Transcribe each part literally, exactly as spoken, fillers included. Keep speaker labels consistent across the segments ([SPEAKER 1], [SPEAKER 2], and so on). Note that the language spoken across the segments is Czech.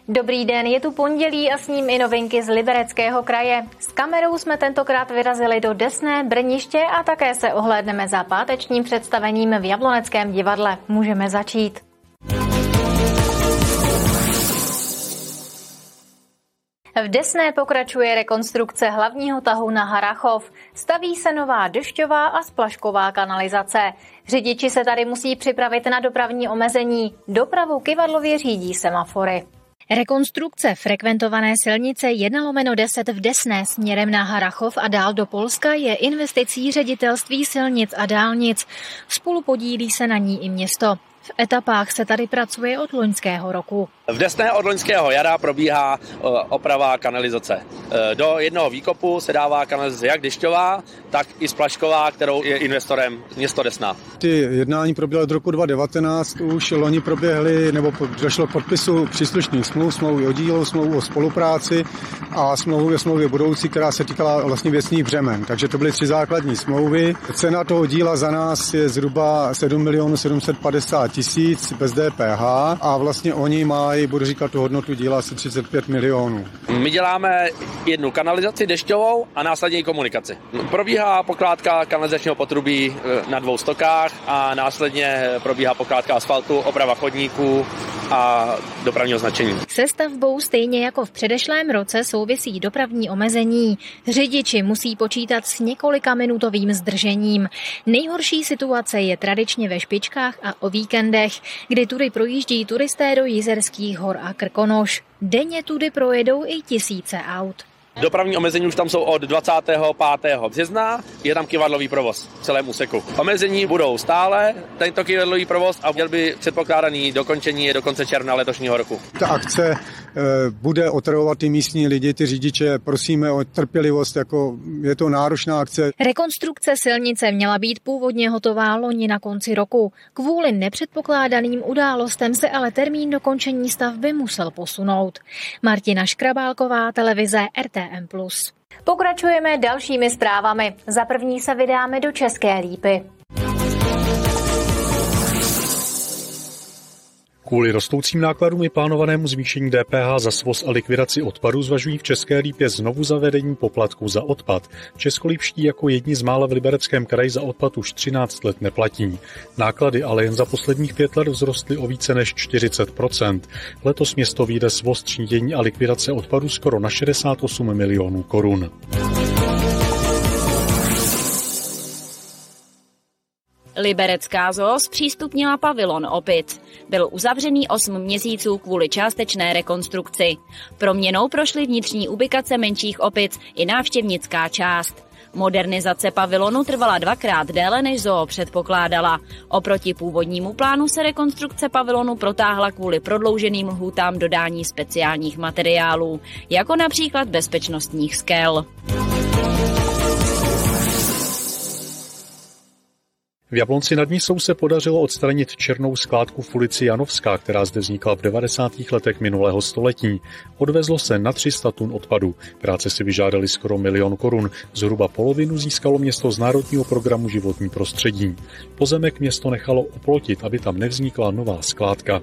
[SPEAKER 1] Dobrý den, je tu pondělí a s ním i novinky z Libereckého kraje. S kamerou jsme tentokrát vyrazili do Desné, Brniště a také se ohlédneme za pátečním představením v Jabloneckém divadle. Můžeme začít. V Desné pokračuje rekonstrukce hlavního tahu na Harrachov. Staví se nová dešťová a splašková kanalizace. Řidiči se tady musí připravit na dopravní omezení. Dopravu kyvadlově řídí semafory. Rekonstrukce frekventované silnice jedna lomeno deset v Desné směrem na Harrachov a dál do Polska je investicí Ředitelství silnic a dálnic. Spolupodílí se na ní i město. V etapách se tady pracuje od loňského roku.
[SPEAKER 2] V Desné od loňského jara probíhá oprava kanalizace. Do jednoho výkopu se dává kanalizace jak dešťová, tak i splašková, kterou je investorem město Desná.
[SPEAKER 3] Ty jednání proběhly od roku dva tisíce devatenáct, už loni proběhly, nebo došlo k podpisu příslušných smluv, smlouvy o dílu, smlouvu o spolupráci a smlouvu o smlouvě budoucí, která se týkala vlastně věcných břemen. Takže to byly tři základní smlouvy. Cena toho díla za nás je zhruba sedm milionů sedm set padesát tisíc bez D P H a vlastně oni mají, budu říkat, tu hodnotu díla asi třicet pět milionů.
[SPEAKER 2] My děláme jednu kanalizaci dešťovou a následně i komunikaci. Probíhá pokládka kanalizačního potrubí na dvou stokách a následně probíhá pokládka asfaltu, oprava chodníků a dopravního značení.
[SPEAKER 1] Se stavbou stejně jako v předešlém roce souvisí dopravní omezení. Řidiči musí počítat s několika minutovým zdržením. Nejhorší situace je tradičně ve špičkách a o víkendech, kdy tudy projíždí turisté do Jizerských hor a Krkonoš. Denně tudy projedou i tisíce aut.
[SPEAKER 2] Dopravní omezení už tam jsou od dvacátého pátého března, je tam kyvadlový provoz v celém úseku. Omezení budou stále, tento kyvadlový provoz a měl by předpokládaný dokončení je do konce června letošního roku.
[SPEAKER 3] Ta akce e, bude otravovat ty místní lidi, ty řidiče, prosíme o trpělivost, jako je to náročná akce.
[SPEAKER 1] Rekonstrukce silnice měla být původně hotová loni na konci roku. Kvůli nepředpokládaným událostem se ale termín dokončení stavby musel posunout. Martina Škrabálková, televize R T M plus. Pokračujeme dalšími zprávami. Za první se vydáme do České Lípy.
[SPEAKER 4] Kvůli rostoucím nákladům i plánovanému zvýšení D P H za svoz a likvidaci odpadu zvažují v České Lípě znovu zavedení poplatku za odpad. Českolípští jako jedni z mála v Libereckém kraji za odpad už třináct let neplatí. Náklady ale jen za posledních pět let vzrostly o více než čtyřicet procent. Letos město vyjde svoz, třídění a likvidace odpadu skoro na šedesát osm milionů korun.
[SPEAKER 5] Liberecká zoo zpřístupnila pavilon Opic. Byl uzavřený osm měsíců kvůli částečné rekonstrukci. Proměnou prošly vnitřní ubikace menších opic i návštěvnická část. Modernizace pavilonu trvala dvakrát déle, než zoo předpokládala. Oproti původnímu plánu se rekonstrukce pavilonu protáhla kvůli prodlouženým lhůtám dodání speciálních materiálů, jako například bezpečnostních skel.
[SPEAKER 4] V Jablonci nad Nisou se podařilo odstranit černou skládku v ulici Janovská, která zde vznikla v devadesátých letech minulého století. Odvezlo se na tři sta tun odpadu. Práce si vyžádaly skoro milion korun. Zhruba polovinu získalo město z Národního programu životní prostředí. Pozemek město nechalo oplotit, aby tam nevznikla nová skládka.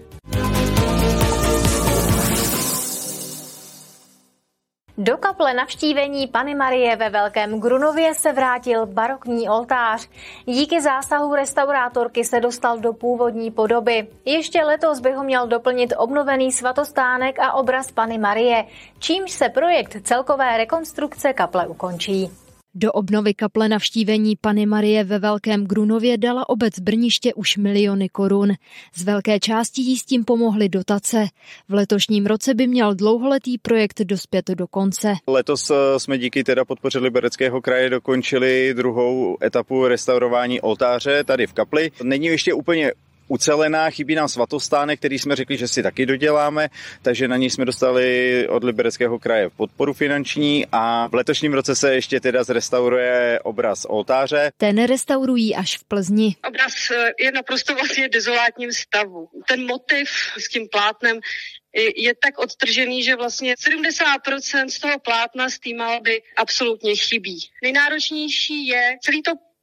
[SPEAKER 1] Do kaple navštívení Panny Marie ve Velkém Grunově se vrátil barokní oltář. Díky zásahu restaurátorky se dostal do původní podoby. Ještě letos by ho měl doplnit obnovený svatostánek a obraz Panny Marie, čímž se projekt celkové rekonstrukce kaple ukončí.
[SPEAKER 6] Do obnovy kaple navštívení Panny Marie ve Velkém Grunově dala obec Brniště už miliony korun. Z velké části jí s tím pomohly dotace. V letošním roce by měl dlouholetý projekt dospět do konce.
[SPEAKER 7] Letos jsme díky teda podpoře Libereckého kraje dokončili druhou etapu restaurování oltáře tady v kapli. Není ještě úplně ucelená, chybí nám svatostánek, který jsme řekli, že si taky doděláme, takže na něj jsme dostali od Libereckého kraje podporu finanční a v letošním roce se ještě teda zrestauruje obraz oltáře.
[SPEAKER 6] Ten restaurují až v Plzni.
[SPEAKER 8] Obraz je naprosto vlastně v dezolátním stavu. Ten motiv s tím plátnem je tak odtržený, že vlastně sedmdesát procent z toho plátna z té malby absolutně chybí. Nejnáročnější je celý to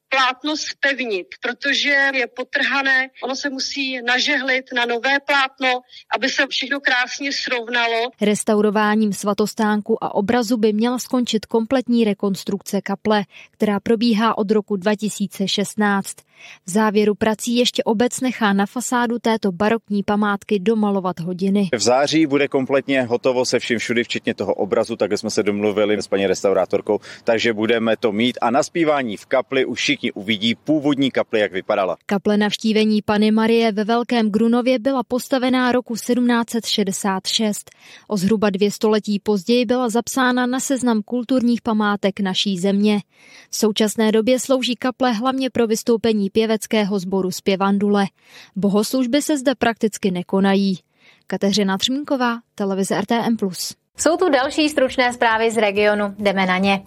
[SPEAKER 8] plátno zpevnit, protože je potrhané, ono se musí nažehlit na nové plátno, aby se všechno krásně srovnalo.
[SPEAKER 6] Restaurováním svatostánku a obrazu by měla skončit kompletní rekonstrukce kaple, která probíhá od roku dva tisíce šestnáct. V závěru prací ještě obec nechá na fasádu této barokní památky domalovat hodiny.
[SPEAKER 7] V září bude kompletně hotovo se vším všudy, včetně toho obrazu, takhle jsme se domluvili s paní restaurátorkou, takže budeme to mít a na zpívání v kapli už všichni uvidí původní kapli, jak vypadala.
[SPEAKER 6] Kaple Navštívení Panny Marie ve Velkém Grunově byla postavená roku sedmnáct set šedesát šest. O zhruba dvě století později byla zapsána na seznam kulturních památek naší země. V současné době slouží kaple hlavně pro vystoupení pěveckého sboru Zpěvandule. Bohoslužby se zde prakticky nekonají. Kateřina Třmínková, televize R T M plus.
[SPEAKER 1] Jsou tu další stručné zprávy z regionu. Jdeme na ně.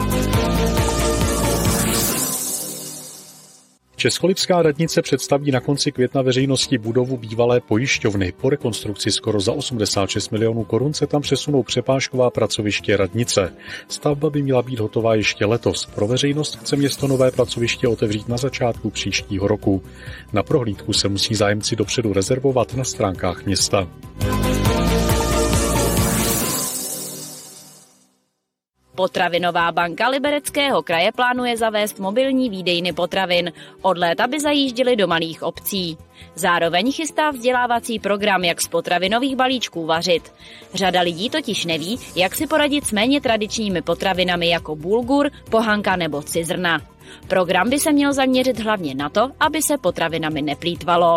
[SPEAKER 4] Českolipská radnice představí na konci května veřejnosti budovu bývalé pojišťovny. Po rekonstrukci skoro za osmdesát šest milionů korun se tam přesunou přepážková pracoviště radnice. Stavba by měla být hotová ještě letos. Pro veřejnost chce město nové pracoviště otevřít na začátku příštího roku. Na prohlídku se musí zájemci dopředu rezervovat na stránkách města.
[SPEAKER 5] Potravinová banka Libereckého kraje plánuje zavést mobilní výdejny potravin. Od léta by zajížděly do malých obcí. Zároveň chystá vzdělávací program, jak z potravinových balíčků vařit. Řada lidí totiž neví, jak si poradit s méně tradičními potravinami jako bulgur, pohanka nebo cizrna. Program by se měl zaměřit hlavně na to, aby se potravinami neplýtvalo.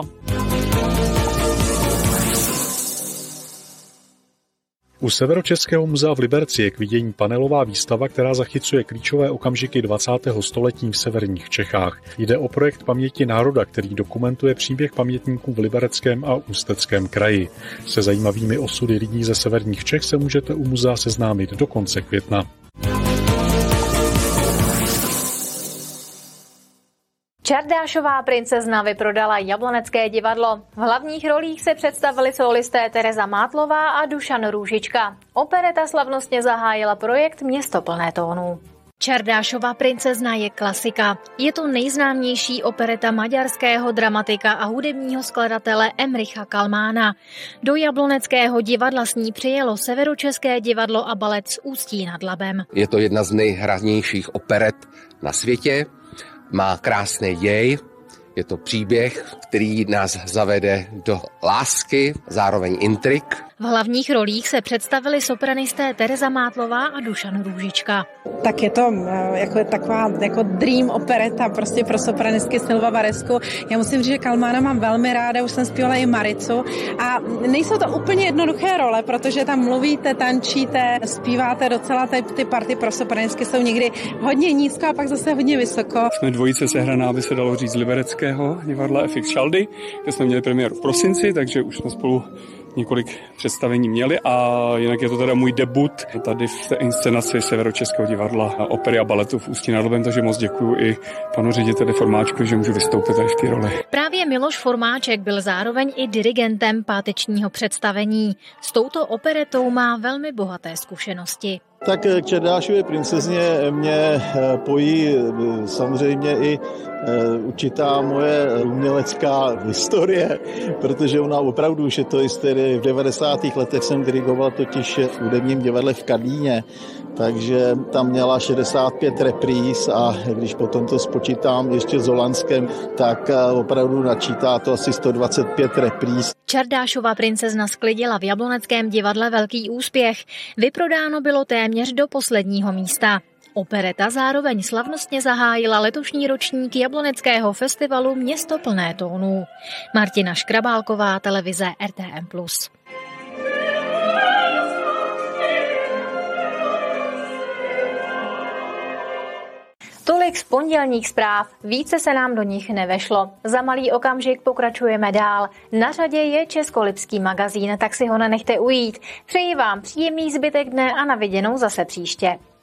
[SPEAKER 4] U Severočeského muzea v Liberci je k vidění panelová výstava, která zachycuje klíčové okamžiky dvacátého století v severních Čechách. Jde o projekt Paměti národa, který dokumentuje příběh pamětníků v Libereckém a Ústeckém kraji. Se zajímavými osudy lidí ze severních Čech se můžete u muzea seznámit do konce května.
[SPEAKER 1] Čardášová princezna vyprodala Jablonecké divadlo. V hlavních rolích se představili solisté Tereza Mátlová a Dušan Růžička. Opereta slavnostně zahájila projekt Město plné tónů. Čardášova princezna je klasika. Je to nejznámější opereta maďarského dramatika a hudebního skladatele Emricha Kalmána. Do Jabloneckého divadla s ní přijelo Severočeské divadlo a balet z Ústí nad Labem.
[SPEAKER 9] Je to jedna z nejhranějších operet na světě. Má krásný děj, je to příběh, který nás zavede do lásky, zároveň intrik.
[SPEAKER 1] V hlavních rolích se představili sopranisté Tereza Mátlová a Dušan Růžička.
[SPEAKER 10] Tak je to jako taková jako dream opereta prostě pro sopranistky Silva Varesku. Já musím říct, že Kalmána mám velmi ráda, už jsem zpívala i Maricu a nejsou to úplně jednoduché role, protože tam mluvíte, tančíte, zpíváte docela, ty, ty party pro sopranistky jsou někdy hodně nízko a pak zase hodně vysoko.
[SPEAKER 11] Jsme dvojice sehraná, aby se dalo říct, z Libereckého divadla F X Šaldy, kde jsme měli premiéru v prosinci, takže už jsme spolu několik představení měli a jinak je to teda můj debut tady v té inscenaci Severočeského divadla opery a baletu v Ústí nad Labem, takže moc děkuju i panu řediteli Formáčkovi, že můžu vystoupit tady v té roli.
[SPEAKER 1] Právě Miloš Formáček byl zároveň i dirigentem pátečního představení. S touto operetou má velmi bohaté zkušenosti.
[SPEAKER 12] Tak k Čardášově princezně mě pojí samozřejmě i určitá moje umělecká historie, protože ona opravdu už je to historie. V devadesátých letech jsem dirigoval totiž v hudebním divadle v Karlíně, takže tam měla šedesát pět repríz a když potom to spočítám ještě s Holandskem, tak opravdu načítá to asi sto dvacet pět repríz.
[SPEAKER 1] Čardášova princezna sklidila v Jabloneckém divadle velký úspěch. Vyprodáno bylo téměř do posledního místa. Opereta zároveň slavnostně zahájila letošní ročník Jabloneckého festivalu Město plné tónů. Martina Škrabálková, televize R T M plus. Tolik z pondělních zpráv, více se nám do nich nevešlo. Za malý okamžik pokračujeme dál. Na řadě je Českolipský magazín, tak si ho nenechte ujít. Přeji vám příjemný zbytek dne a na viděnou zase příště.